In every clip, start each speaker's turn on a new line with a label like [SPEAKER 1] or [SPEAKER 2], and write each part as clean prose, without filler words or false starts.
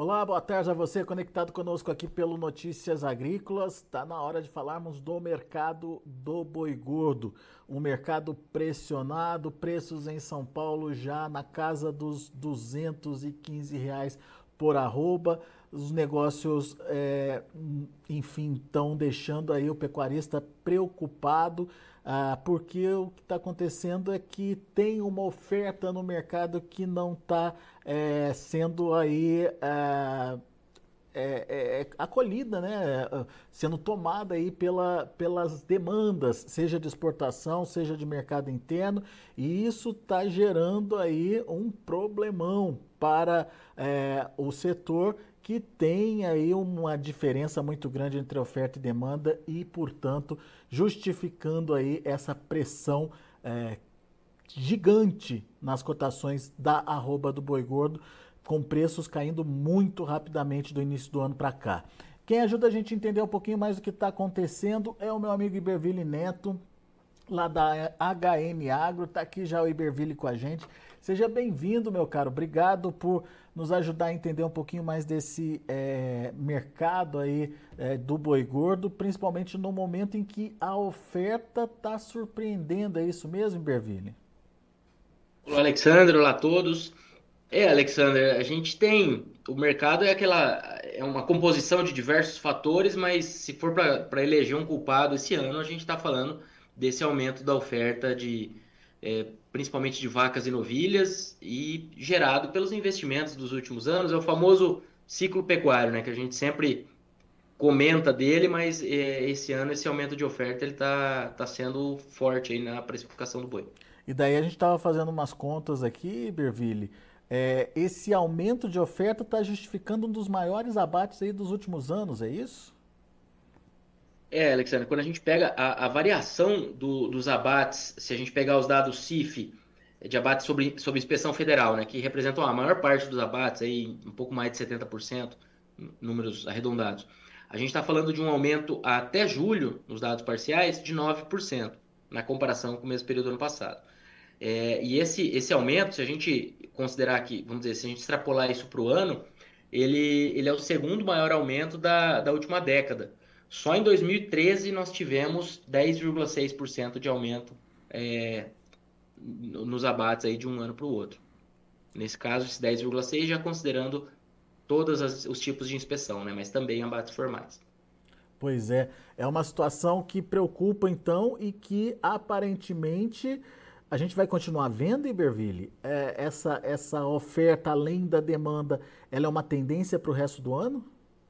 [SPEAKER 1] Olá, boa tarde a você conectado conosco aqui pelo Notícias Agrícolas. Está na hora de falarmos do mercado do boi gordo. Um mercado pressionado, preços em São Paulo já na casa dos R$ 215 por arroba. Os negócios, enfim, estão deixando aí o pecuarista preocupado, porque o que está acontecendo é que tem uma oferta no mercado que não está sendo aí acolhida, né? Sendo tomada aí pelas demandas, seja de exportação, seja de mercado interno, e isso está gerando aí um problemão para o setor, que tem aí uma diferença muito grande entre oferta e demanda e, portanto, justificando aí essa pressão gigante nas cotações da arroba do boi gordo, com preços caindo muito rapidamente do início do ano para cá. Quem ajuda a gente a entender um pouquinho mais do que está acontecendo é o meu amigo Iberville Neto, lá da HN Agro. Está aqui já o Iberville com a gente. Seja bem-vindo, meu caro. Obrigado por nos ajudar a entender um pouquinho mais desse mercado aí do boi gordo, principalmente no momento em que a oferta está surpreendendo. É isso mesmo, Iberville?
[SPEAKER 2] Olá, Alexandre, olá a todos. Alexandre, a gente tem. O mercado é uma composição de diversos fatores, mas se for para eleger um culpado esse ano, a gente está falando desse aumento da oferta principalmente de vacas e novilhas, e gerado pelos investimentos dos últimos anos. É o famoso ciclo pecuário, né? Que a gente sempre comenta dele, mas esse ano esse aumento de oferta ele tá sendo forte aí na precificação do boi.
[SPEAKER 1] E daí a gente estava fazendo umas contas aqui, Berville. Esse aumento de oferta está justificando um dos maiores abates aí dos últimos anos, é isso?
[SPEAKER 2] Alexandre, quando a gente pega a variação dos abates, se a gente pegar os dados CIF, de abates sobre inspeção federal, né, que representam a maior parte dos abates, aí, um pouco mais de 70%, números arredondados, a gente está falando de um aumento até julho, nos dados parciais, de 9%, na comparação com o mesmo período do ano passado. E esse aumento, se a gente considerar que, vamos dizer, se a gente extrapolar isso para o ano, ele é o segundo maior aumento da última década. Só em 2013 nós tivemos 10,6% de aumento é, nos abates aí de um ano para o outro. Nesse caso, esse 10,6% já considerando todos os tipos de inspeção, né? Mas também abates formais.
[SPEAKER 1] Pois é uma situação que preocupa então e que aparentemente a gente vai continuar vendo, Iberville. Essa oferta além da demanda, ela é uma tendência para o resto do ano?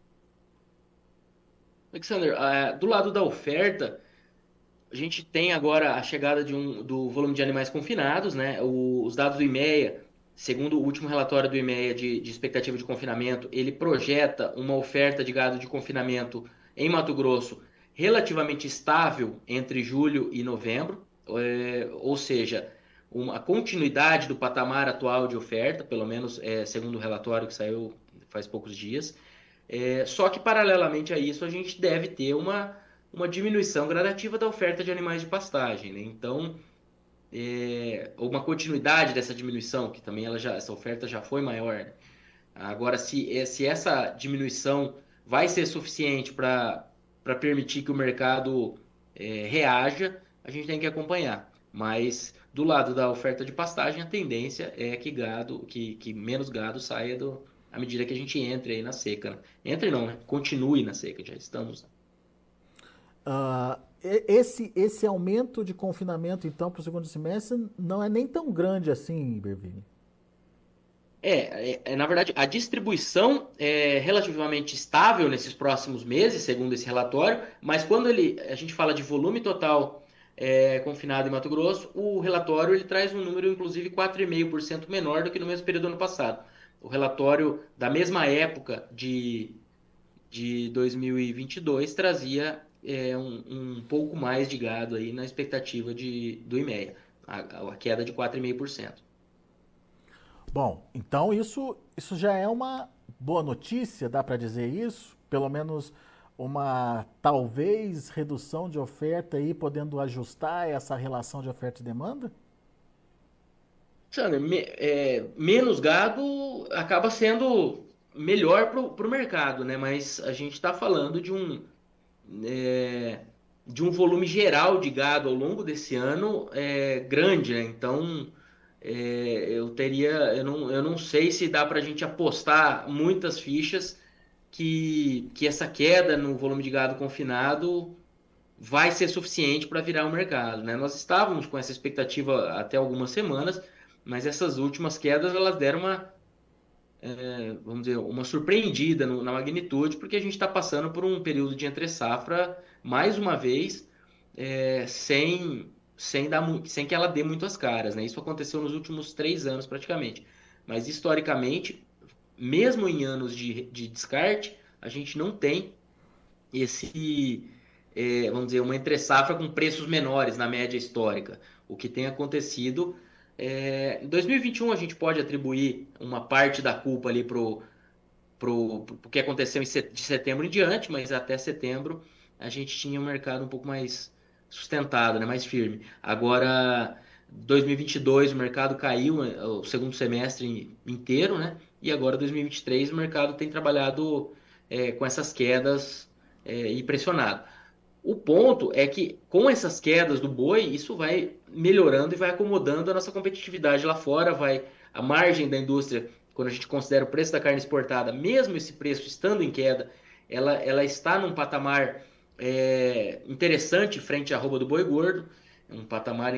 [SPEAKER 2] Alexander, do lado da oferta, a gente tem agora a chegada do volume de animais confinados, né? Os dados do IMEA, segundo o último relatório do IMEA de expectativa de confinamento, ele projeta uma oferta de gado de confinamento em Mato Grosso relativamente estável entre julho e novembro, ou seja, uma continuidade do patamar atual de oferta, pelo menos segundo o relatório que saiu faz poucos dias. Só que, paralelamente a isso, a gente deve ter uma diminuição gradativa da oferta de animais de pastagem, né? Então, uma continuidade dessa diminuição, que também essa oferta já foi maior, né? Agora, se essa diminuição vai ser suficiente para permitir que o mercado reaja, a gente tem que acompanhar. Mas do lado da oferta de pastagem, a tendência é que menos gado saia à medida que a gente entre aí na seca, né? Entre não, né? Continue na seca, já estamos.
[SPEAKER 1] Esse aumento de confinamento, então, para o segundo semestre, não é nem tão grande assim, Iberville.
[SPEAKER 2] Na verdade, a distribuição é relativamente estável nesses próximos meses, segundo esse relatório, mas quando a gente fala de volume total confinado em Mato Grosso, o relatório ele traz um número, inclusive, 4,5% menor do que no mesmo período do ano passado. O relatório da mesma época de 2022 trazia um pouco mais de gado aí na expectativa do IMEA, a queda de 4,5%.
[SPEAKER 1] Bom, então isso já é uma boa notícia, dá para dizer isso? Pelo menos uma talvez redução de oferta aí, podendo ajustar essa relação de oferta e demanda?
[SPEAKER 2] Sabe, menos gado acaba sendo. melhor para o mercado, né? Mas a gente está falando de um volume geral de gado ao longo desse ano grande, né? Então, eu não sei se dá para a gente apostar muitas fichas que essa queda no volume de gado confinado vai ser suficiente para virar o mercado, né? Nós estávamos com essa expectativa até algumas semanas, mas essas últimas quedas elas deram vamos dizer, uma surpreendida na magnitude, porque a gente está passando por um período de entre-safra, mais uma vez, sem que ela dê muitas caras, né? Isso aconteceu nos últimos 3 anos, praticamente. Mas, historicamente, mesmo em anos de descarte, a gente não tem vamos dizer, uma entre-safra com preços menores na média histórica. O que tem acontecido em 2021 a gente pode atribuir uma parte da culpa ali pro que aconteceu de setembro em diante, mas até setembro a gente tinha um mercado um pouco mais sustentado, né, mais firme. Agora, 2022 o mercado caiu o segundo semestre inteiro, né? E agora 2023 o mercado tem trabalhado com essas quedas e pressionado. O ponto é que, com essas quedas do boi, isso vai melhorando e vai acomodando a nossa competitividade lá fora, a margem da indústria, quando a gente considera o preço da carne exportada, mesmo esse preço estando em queda, ela está num patamar interessante frente à arroba do boi gordo, um patamar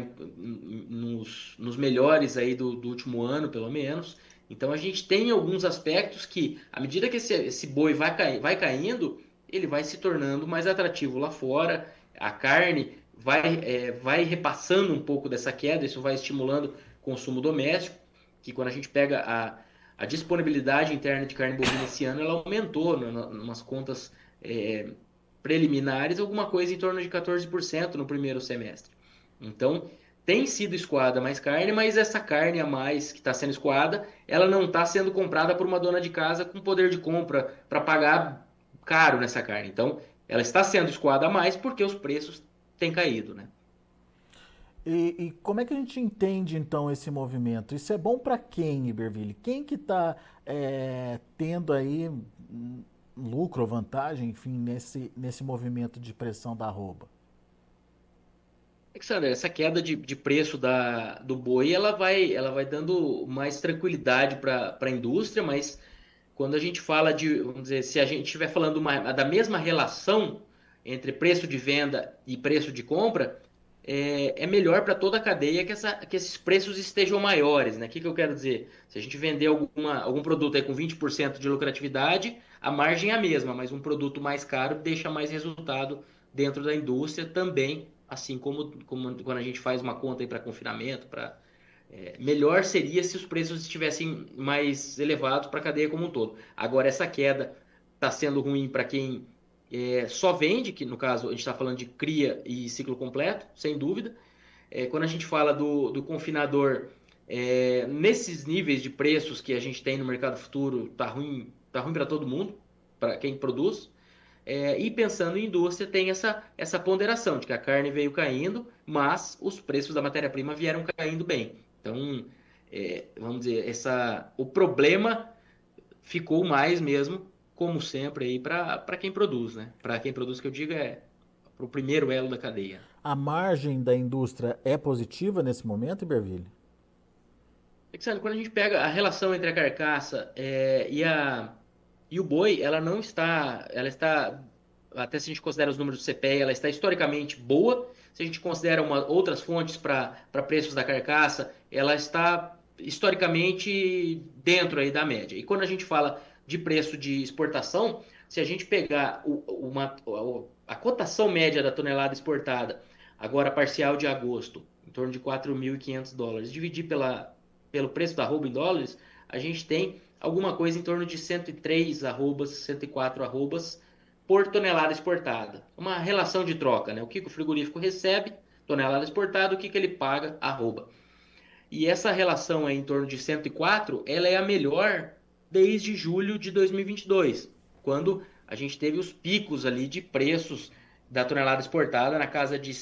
[SPEAKER 2] nos melhores aí do último ano, pelo menos. Então a gente tem alguns aspectos que, à medida que esse boi vai caindo, ele vai se tornando mais atrativo lá fora, a carne vai repassando um pouco dessa queda, isso vai estimulando o consumo doméstico, que quando a gente pega a disponibilidade interna de carne bovina esse ano, ela aumentou, em umas contas preliminares, alguma coisa em torno de 14% no primeiro semestre. Então, tem sido escoada mais carne, mas essa carne a mais que está sendo escoada, ela não está sendo comprada por uma dona de casa com poder de compra para pagar caro nessa carne. Então, ela está sendo escoada a mais porque os preços têm caído, né?
[SPEAKER 1] E como é que a gente entende então esse movimento? Isso é bom para quem, Iberville? Quem que está tendo aí lucro ou vantagem, enfim, nesse movimento de pressão da arroba?
[SPEAKER 2] Alexandre, essa queda de preço do boi, ela vai dando mais tranquilidade para a indústria, mas quando a gente fala vamos dizer, se a gente estiver falando da mesma relação entre preço de venda e preço de compra, é melhor para toda a cadeia que esses preços estejam maiores, né? O que eu quero dizer? Se a gente vender algum produto aí com 20% de lucratividade, a margem é a mesma, mas um produto mais caro deixa mais resultado dentro da indústria também, assim como quando a gente faz uma conta para confinamento, melhor seria se os preços estivessem mais elevados para a cadeia como um todo. Agora, essa queda está sendo ruim para quem só vende, que no caso a gente está falando de cria e ciclo completo, sem dúvida. Quando a gente fala do confinador, nesses níveis de preços que a gente tem no mercado futuro, tá ruim para todo mundo, para quem produz. E pensando em indústria, tem essa ponderação de que a carne veio caindo, mas os preços da matéria-prima vieram caindo bem. Então, vamos dizer, o problema ficou mais mesmo, como sempre, aí para quem produz, né? Para quem produz, que eu digo, para o primeiro elo da cadeia.
[SPEAKER 1] A margem da indústria é positiva nesse momento, Iberville?
[SPEAKER 2] Alexandre, quando a gente pega a relação entre a carcaça e o boi, ela está, até se a gente considera os números do CPEA, ela está historicamente boa. Se a gente considera outras fontes para preços da carcaça, ela está historicamente dentro aí da média. E quando a gente fala de preço de exportação, se a gente pegar a cotação média da tonelada exportada, agora parcial de agosto, em torno de $4.500, dividir pelo preço da arroba em dólares, a gente tem alguma coisa em torno de 103 arrobas, 104 arrobas por tonelada exportada. Uma relação de troca, né? O que o frigorífico recebe, tonelada exportada, o que ele paga, arroba. E essa relação aí em torno de 104, ela é a melhor desde julho de 2022, quando a gente teve os picos ali de preços da tonelada exportada na casa de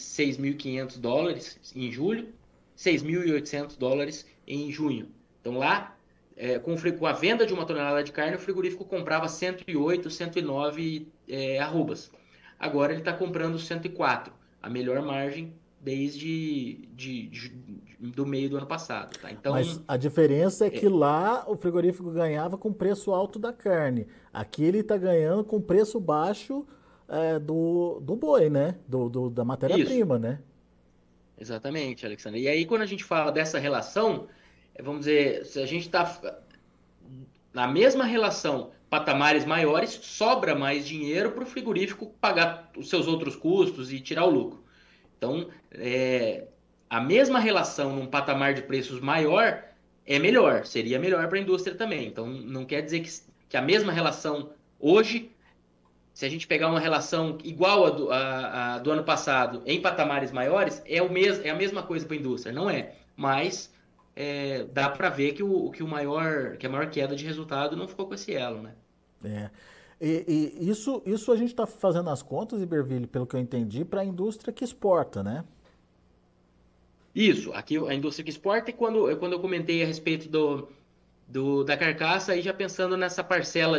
[SPEAKER 2] $6.500 em julho, $6.800 em junho. Então lá com a venda de uma tonelada de carne, o frigorífico comprava 108, 109 arrobas. Agora ele está comprando 104, a melhor margem desde do meio do ano passado. Tá?
[SPEAKER 1] Mas
[SPEAKER 2] Então,
[SPEAKER 1] a diferença é que lá o frigorífico ganhava com preço alto da carne. Aqui ele está ganhando com preço baixo do boi, né? Da
[SPEAKER 2] isso,
[SPEAKER 1] matéria-prima, né?
[SPEAKER 2] exatamente, Alexandre. E aí, quando a gente fala dessa relação, vamos dizer, se a gente está na mesma relação, patamares maiores, sobra mais dinheiro para o frigorífico pagar os seus outros custos e tirar o lucro. Então, a mesma relação num patamar de preços maior é melhor, seria melhor para a indústria também. Então, não quer dizer que a mesma relação hoje, se a gente pegar uma relação igual a do ano passado em patamares maiores, é a mesma coisa para a indústria. Não é, mas dá para ver que a maior queda de resultado não ficou com esse elo, né?
[SPEAKER 1] É. Isso a gente está fazendo as contas, Iberville, pelo que eu entendi, para a indústria que exporta, né?
[SPEAKER 2] Isso, aqui a indústria que exporta, e quando eu comentei a respeito da carcaça, aí já pensando nessa parcela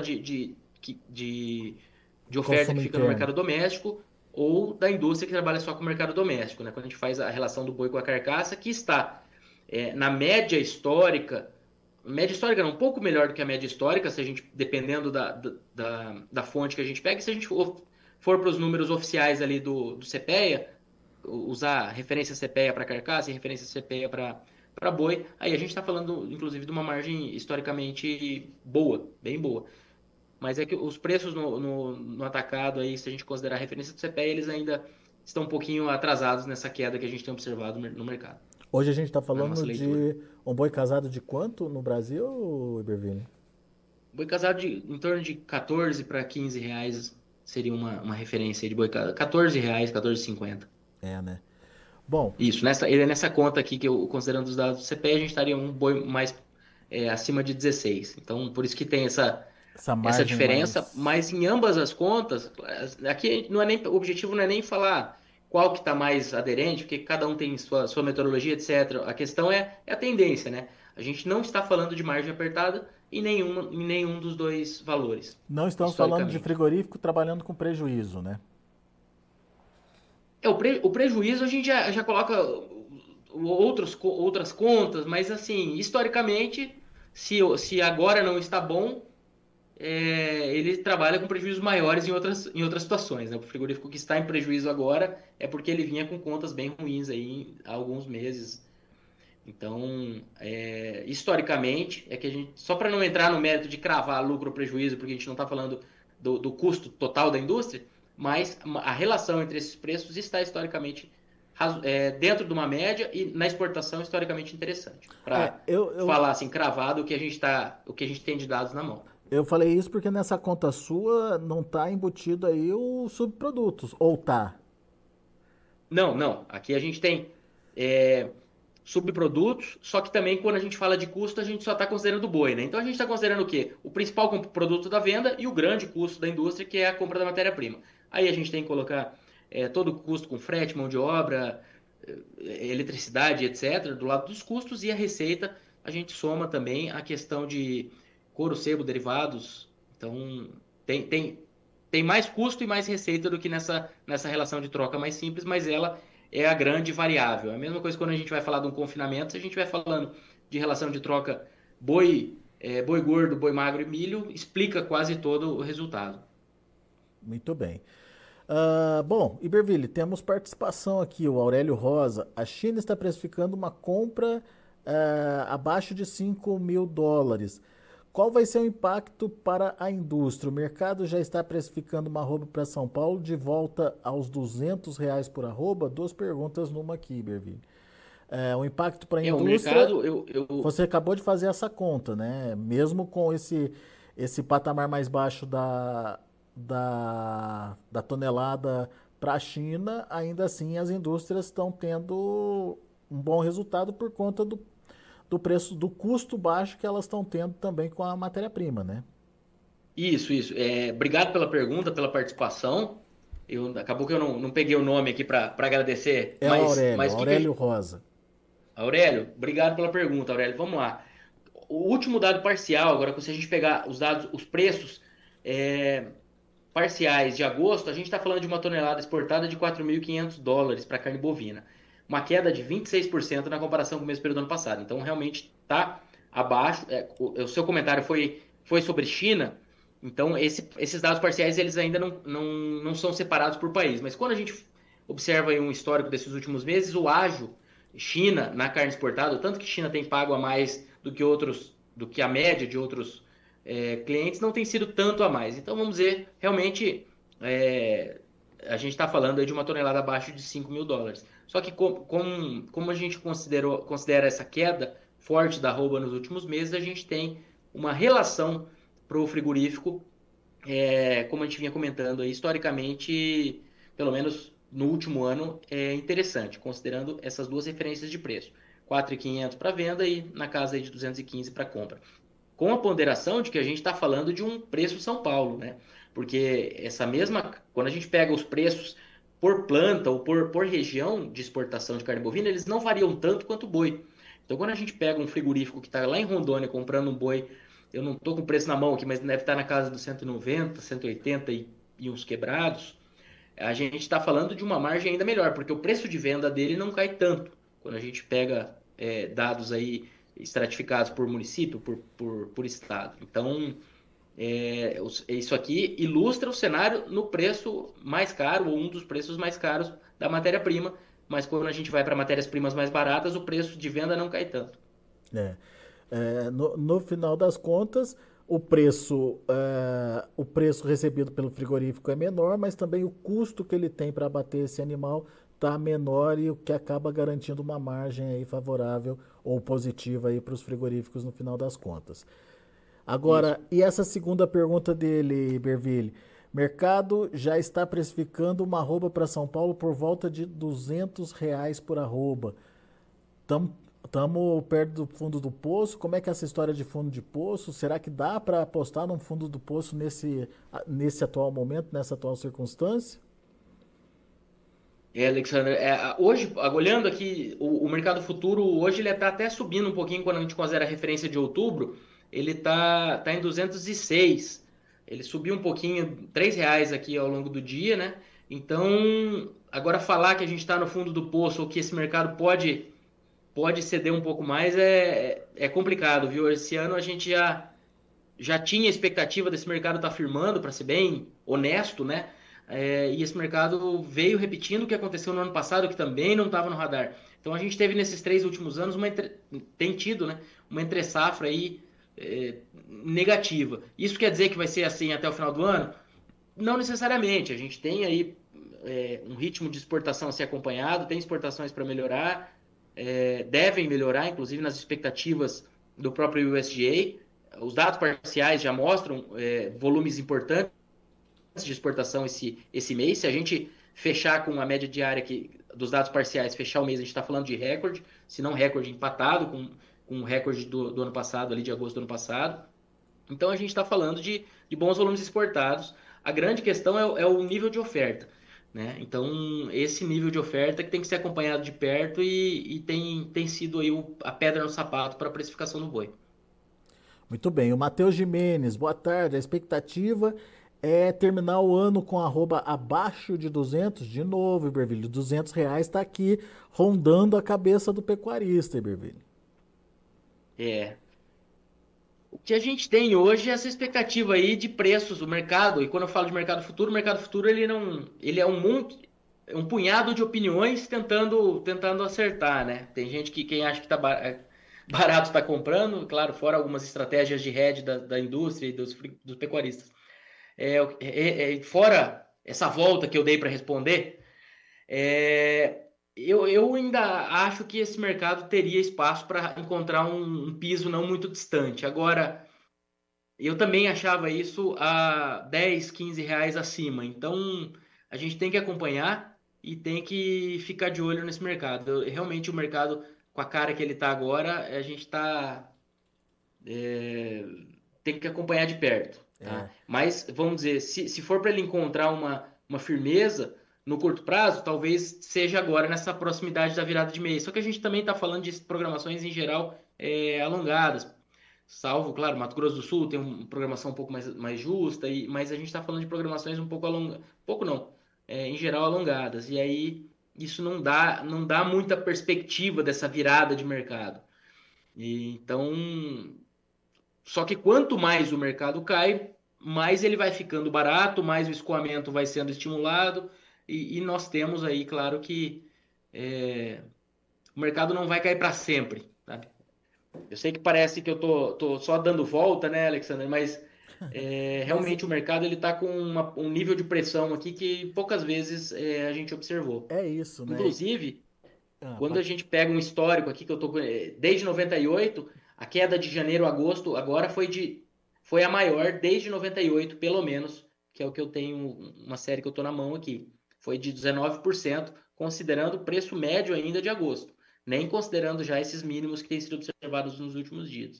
[SPEAKER 2] de oferta
[SPEAKER 1] Consumo
[SPEAKER 2] que fica no
[SPEAKER 1] interno.
[SPEAKER 2] mercado doméstico ou da indústria que trabalha só com o mercado doméstico, né? Quando a gente faz a relação do boi com a carcaça, que está na média histórica não, um pouco melhor do que a média histórica, se a gente, dependendo da fonte que a gente pega, e se a gente for para os números oficiais ali do CPEA, usar referência CPEA para carcaça e referência CPEA para boi, aí a gente está falando, inclusive, de uma margem historicamente boa, bem boa. Mas é que os preços no atacado, aí, se a gente considerar a referência do CPEA, eles ainda estão um pouquinho atrasados nessa queda que a gente tem observado no mercado,
[SPEAKER 1] Hoje a gente está
[SPEAKER 2] na
[SPEAKER 1] falando
[SPEAKER 2] nossa leitura.
[SPEAKER 1] de um boi casado de quanto no Brasil, Iberville?
[SPEAKER 2] Boi casado em torno de 14 para 15 reais seria uma referência de boi casado. 14 reais, 14,50.
[SPEAKER 1] É, né? Bom,
[SPEAKER 2] Isso, nessa conta aqui, que eu, considerando os dados do CPE, a gente estaria um boi mais acima de 16. Então, por isso que tem
[SPEAKER 1] essa
[SPEAKER 2] essa
[SPEAKER 1] margem
[SPEAKER 2] diferença,
[SPEAKER 1] mais.
[SPEAKER 2] mas em ambas as contas, aqui não é nem, o objetivo não é nem falar qual que está mais aderente, porque cada um tem sua metodologia, etc. A questão é a tendência, né? A gente não está falando de margem apertada em nenhum dos dois valores,
[SPEAKER 1] Não estamos falando de
[SPEAKER 2] historicamente.
[SPEAKER 1] frigorífico trabalhando com prejuízo, né?
[SPEAKER 2] O prejuízo a gente já coloca outras contas, mas assim, historicamente, se agora não está bom, ele trabalha com prejuízos maiores em outras situações, né? O frigorífico que está em prejuízo agora é porque ele vinha com contas bem ruins aí há alguns meses. Então, historicamente, é que a gente, só para não entrar no mérito de cravar lucro ou prejuízo, porque a gente não está falando do custo total da indústria, mas a relação entre esses preços está historicamente dentro de uma média e na exportação historicamente interessante.
[SPEAKER 1] É,
[SPEAKER 2] Para
[SPEAKER 1] eu, eu,
[SPEAKER 2] falar assim, cravado o que a gente tem de dados na mão.
[SPEAKER 1] eu falei isso porque nessa conta sua não está embutido aí os subprodutos, ou tá?
[SPEAKER 2] Não, não. Aqui a gente tem é, subprodutos, só que também quando a gente fala de custo, a gente só está considerando o boi, né? Então a gente está considerando o quê? O principal produto da venda e o grande custo da indústria, que é a compra da matéria-prima. Aí a gente tem que colocar todo o custo com frete, mão de obra, eletricidade, etc., do lado dos custos, e a receita a gente soma também a questão de couro, sebo, derivados. Então tem mais custo e mais receita do que nessa relação de troca mais simples, mas ela é a grande variável. É a mesma coisa quando a gente vai falar de um confinamento, se a gente vai falando de relação de troca boi gordo, boi magro e milho, explica quase todo o resultado.
[SPEAKER 1] Muito bem. Bom, Iberville, temos participação aqui, o Aurélio Rosa. A China está precificando uma compra abaixo de US$ 5.000. Qual vai ser o impacto para a indústria? O mercado já está precificando uma arroba para São Paulo de volta aos R$ 200 por arroba? Duas perguntas numa aqui, Iberville. O impacto para a
[SPEAKER 2] O
[SPEAKER 1] indústria,
[SPEAKER 2] mercado,
[SPEAKER 1] você acabou de fazer essa conta, né? Mesmo com esse patamar mais baixo da tonelada para a China, ainda assim as indústrias estão tendo um bom resultado por conta do preço, do custo baixo que elas estão tendo também com a matéria-prima, né?
[SPEAKER 2] isso. Obrigado pela pergunta, pela participação. Acabou que eu não peguei o nome aqui para agradecer,
[SPEAKER 1] É o
[SPEAKER 2] mas
[SPEAKER 1] Aurélio,
[SPEAKER 2] o que que a
[SPEAKER 1] Aurélio
[SPEAKER 2] gente...
[SPEAKER 1] Rosa.
[SPEAKER 2] Aurélio, obrigado pela pergunta, Aurélio. Vamos lá. o último dado parcial, agora se a gente pegar os dados, os preços parciais de agosto, a gente está falando de uma tonelada exportada de $4.500 para carne bovina. Uma queda de 26% na comparação com o mesmo período do ano passado. Então, realmente está abaixo. O seu comentário foi sobre China. Então, esses dados parciais eles ainda não são separados por país. Mas quando a gente observa aí um histórico desses últimos meses, o ágio China na carne exportada, o tanto que China tem pago a mais do que a média de outros clientes, não tem sido tanto a mais. Então, vamos dizer, realmente, a gente está falando aí de uma tonelada abaixo de $5.000. Só que como a gente considera essa queda forte da arroba nos últimos meses, a gente tem uma relação para o frigorífico, como a gente vinha comentando aí, historicamente, pelo menos no último ano, é interessante, considerando essas duas referências de preço. 4.500 para venda e na casa aí de 215 para compra. Com a ponderação de que a gente está falando de um preço São Paulo, né? Porque quando a gente pega os preços por planta ou por região de exportação de carne bovina, eles não variam tanto quanto o boi. Então, quando a gente pega um frigorífico que está lá em Rondônia comprando um boi, eu não estou com o preço na mão aqui, mas deve estar na casa dos 190, 180 e uns quebrados, a gente está falando de uma margem ainda melhor, porque o preço de venda dele não cai tanto. Quando a gente pega dados aí estratificados por município, por estado. Então, isso aqui ilustra o cenário no preço mais caro, ou um dos preços mais caros da matéria-prima, mas quando a gente vai para matérias-primas mais baratas, o preço de venda não cai tanto.
[SPEAKER 1] No final das contas, o preço recebido pelo frigorífico é menor, mas também o custo que ele tem para abater esse animal está menor, e o que acaba garantindo uma margem aí favorável ou positiva aí para os frigoríficos no final das contas. Agora, e essa segunda pergunta dele, Berville? Mercado já está precificando uma arroba para São Paulo por volta de R$ 200 por arroba. Estamos perto do fundo do poço. Como é que é essa história de fundo de poço? Será que dá para apostar num fundo do poço nesse atual momento, nessa atual circunstância?
[SPEAKER 2] Alexandre, hoje, olhando aqui, o mercado futuro, hoje ele está até subindo um pouquinho quando a gente considera a referência de outubro, ele está em 206. Ele subiu um pouquinho, R$ 3 aqui ao longo do dia, né? Então, agora falar que a gente está no fundo do poço ou que esse mercado pode ceder um pouco mais é complicado, viu? Esse ano a gente já tinha expectativa desse mercado estar firmando, para ser bem honesto, né? E esse mercado veio repetindo o que aconteceu no ano passado, que também não estava no radar. Então a gente teve nesses 3 últimos anos tem tido, né, uma entre-safra aí negativa. Isso quer dizer que vai ser assim até o final do ano? Não necessariamente. A gente tem aí um ritmo de exportação a ser acompanhado, tem exportações para melhorar, devem melhorar, inclusive nas expectativas do próprio USDA. Os dados parciais já mostram volumes importantes de exportação esse mês. Se a gente fechar com a média diária dos dados parciais, fechar o mês, a gente está falando de recorde, se não recorde empatado com o recorde do ano passado, ali de agosto do ano passado. Então a gente está falando de bons volumes exportados. A grande questão é o nível de oferta, né? Então esse nível de oferta que tem que ser acompanhado de perto e tem sido aí a pedra no sapato para a precificação do boi.
[SPEAKER 1] Muito bem. O Matheus Jimenez, boa tarde. A expectativa é terminar o ano com arroba abaixo de 200, de novo, Iberville. R$ 200 está aqui rondando a cabeça do pecuarista, Iberville.
[SPEAKER 2] O que a gente tem hoje é essa expectativa aí de preços do mercado. E quando eu falo de mercado futuro, o mercado futuro ele é um punhado de opiniões tentando acertar, né? Tem gente quem acha que tá barato está comprando, claro, fora algumas estratégias de hedge da indústria e dos pecuaristas. Fora essa volta que eu dei para responder, eu ainda acho que esse mercado teria espaço para encontrar um piso não muito distante. Agora, eu também achava isso a R$ 10, R$ 15 acima. Então, a gente tem que acompanhar e tem que ficar de olho nesse mercado. Realmente, o mercado, com a cara que ele está agora, a gente tem que acompanhar de perto. Tá? Mas, vamos dizer, se for para ele encontrar uma firmeza no curto prazo, talvez seja agora, nessa proximidade da virada de mês. Só que a gente também está falando de programações em geral alongadas. Salvo, claro, Mato Grosso do Sul tem uma programação um pouco mais justa, mas a gente está falando de programações um pouco alongadas, pouco não, em geral alongadas. E aí isso não dá muita perspectiva dessa virada de mercado. Então, só que quanto mais o mercado cai, mais ele vai ficando barato, mais o escoamento vai sendo estimulado, e nós temos aí, claro que é, o mercado não vai cair para sempre, sabe? Eu sei que parece que eu tô só dando volta, né, Alexandre? Mas
[SPEAKER 1] Mas
[SPEAKER 2] realmente o mercado ele está com um nível de pressão aqui que poucas vezes a gente observou.
[SPEAKER 1] é isso, né?
[SPEAKER 2] Inclusive,
[SPEAKER 1] Ah,
[SPEAKER 2] quando a
[SPEAKER 1] pode...
[SPEAKER 2] gente pega um histórico aqui que eu tô desde 98, a queda de janeiro a agosto agora foi a maior desde 98, pelo menos, que é o que eu tenho uma série que eu tô na mão aqui. Foi de 19%, considerando o preço médio ainda de agosto, nem considerando já esses mínimos que têm sido observados nos últimos dias.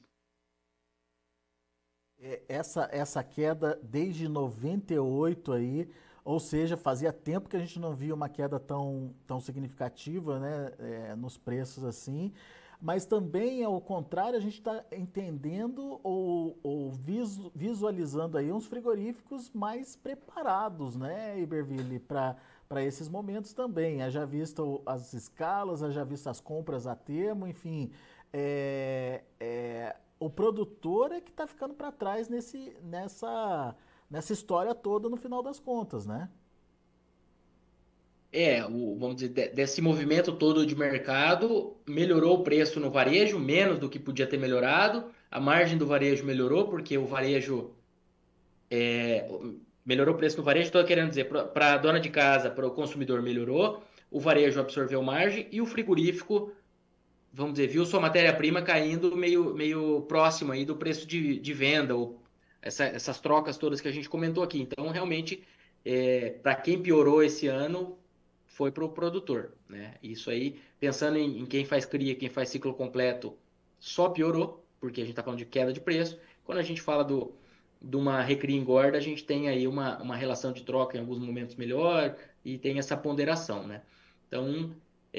[SPEAKER 1] essa queda desde 98 aí, ou seja, fazia tempo que a gente não via uma queda tão significativa, né, nos preços assim. Mas também, ao contrário, a gente está entendendo ou visualizando aí uns frigoríficos mais preparados, né, Iberville, para esses momentos também. Haja visto as escalas, haja visto as compras a termo, enfim. O produtor é que está ficando para trás nessa história toda no final das contas, né?
[SPEAKER 2] Vamos dizer, desse movimento todo de mercado, melhorou o preço no varejo, menos do que podia ter melhorado. A margem do varejo melhorou, porque o varejo é, melhorou o preço no varejo, estou querendo dizer, para a dona de casa, para o consumidor melhorou, o varejo absorveu margem e o frigorífico, vamos dizer, viu sua matéria-prima caindo meio próximo aí do preço de venda, ou essas trocas todas que a gente comentou aqui. Então, realmente, para quem piorou esse ano, foi para o produtor, né? Isso aí, pensando em quem faz cria, quem faz ciclo completo, só piorou, porque a gente está falando de queda de preço. Quando a gente fala de uma recria engorda, a gente tem aí uma relação de troca em alguns momentos melhor e tem essa ponderação, né? Então,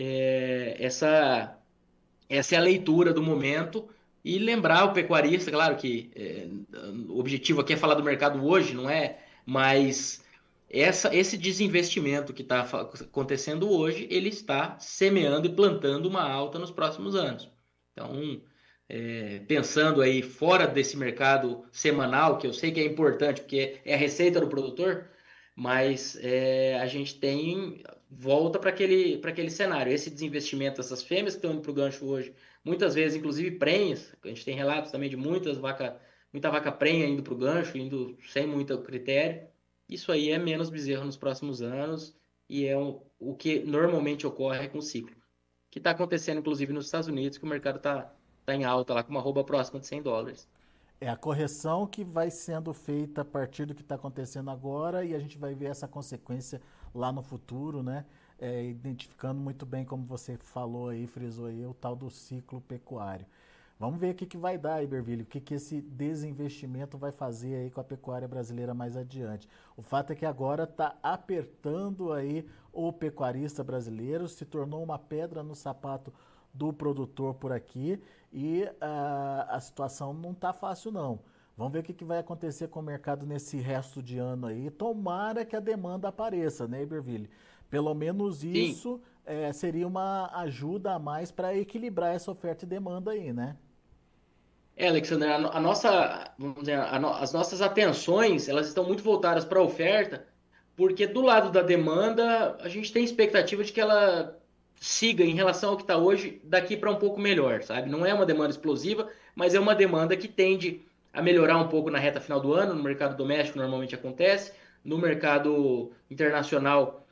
[SPEAKER 2] essa é a leitura do momento e lembrar o pecuarista, claro que o objetivo aqui é falar do mercado hoje, não é? Mas esse desinvestimento que está acontecendo hoje, ele está semeando e plantando uma alta nos próximos anos. Então, pensando aí fora desse mercado semanal, que eu sei que é importante, porque é a receita do produtor, mas a gente volta para aquele cenário. Esse desinvestimento, essas fêmeas que estão indo para o gancho hoje, muitas vezes, inclusive prenhas, a gente tem relatos também de muita vaca prenha indo para o gancho, indo sem muito critério. Isso aí é menos bezerro nos próximos anos e é o que normalmente ocorre com o ciclo. Que está acontecendo, inclusive, nos Estados Unidos, que o mercado tá em alta lá, com uma arroba próxima de US$ 100.
[SPEAKER 1] É a correção que vai sendo feita a partir do que está acontecendo agora e a gente vai ver essa consequência lá no futuro, né? Identificando muito bem, como você falou aí, frisou aí, o tal do ciclo pecuário. Vamos ver o que vai dar, Iberville, o que esse desinvestimento vai fazer aí com a pecuária brasileira mais adiante. O fato é que agora está apertando aí o pecuarista brasileiro, se tornou uma pedra no sapato do produtor por aqui e a situação não está fácil não. Vamos ver o que vai acontecer com o mercado nesse resto de ano aí. Tomara que a demanda apareça, né, Iberville? Pelo menos
[SPEAKER 2] Sim,
[SPEAKER 1] isso seria uma ajuda a mais para equilibrar essa oferta e demanda aí, né?
[SPEAKER 2] Alexandre, a nossa, vamos dizer, as nossas atenções, elas estão muito voltadas para a oferta, porque do lado da demanda, a gente tem expectativa de que ela siga em relação ao que está hoje, daqui para um pouco melhor, sabe? Não é uma demanda explosiva, mas é uma demanda que tende a melhorar um pouco na reta final do ano, no mercado doméstico normalmente acontece, no mercado internacional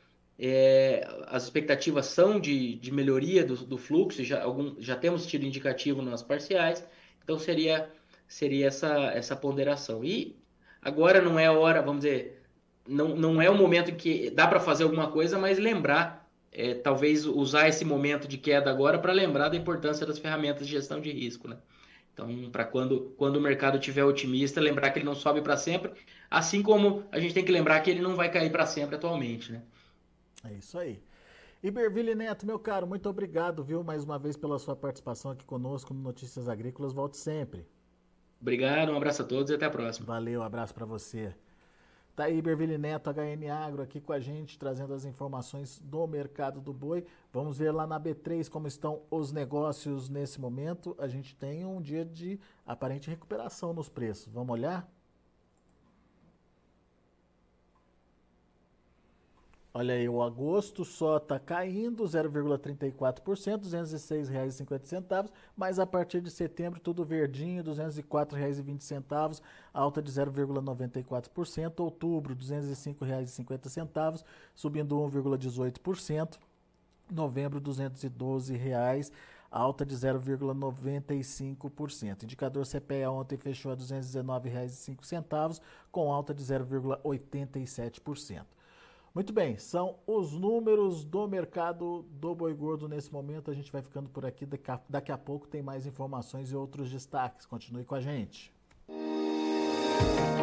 [SPEAKER 2] as expectativas são de melhoria do fluxo, já temos tido indicativo nas parciais, então seria essa ponderação. E agora não é a hora, vamos dizer, não é o momento em que dá para fazer alguma coisa, mas lembrar, talvez usar esse momento de queda agora para lembrar da importância das ferramentas de gestão de risco, né? Então, para quando o mercado estiver otimista, lembrar que ele não sobe para sempre, assim como a gente tem que lembrar que ele não vai cair para sempre atualmente, né?
[SPEAKER 1] É isso aí. Iberville Neto, meu caro, muito obrigado, viu, mais uma vez pela sua participação aqui conosco no Notícias Agrícolas. Volte sempre.
[SPEAKER 2] Obrigado, um abraço a todos e até a próxima.
[SPEAKER 1] Valeu, abraço para você. Tá aí Iberville Neto, HN Agro, aqui com a gente, trazendo as informações do mercado do boi. Vamos ver lá na B3 como estão os negócios nesse momento. A gente tem um dia de aparente recuperação nos preços. Vamos olhar? Olha aí, o agosto só está caindo 0,34%, R$ 206,50, mas a partir de setembro tudo verdinho, R$ 204,20, alta de 0,94%, outubro R$ 205,50, subindo 1,18%, novembro R$ 212,00, alta de 0,95%. Indicador CPEA ontem fechou a R$ 219,05, com alta de 0,87%. Muito bem, são os números do mercado do boi gordo nesse momento. A gente vai ficando por aqui. Daqui a pouco tem mais informações e outros destaques. Continue com a gente.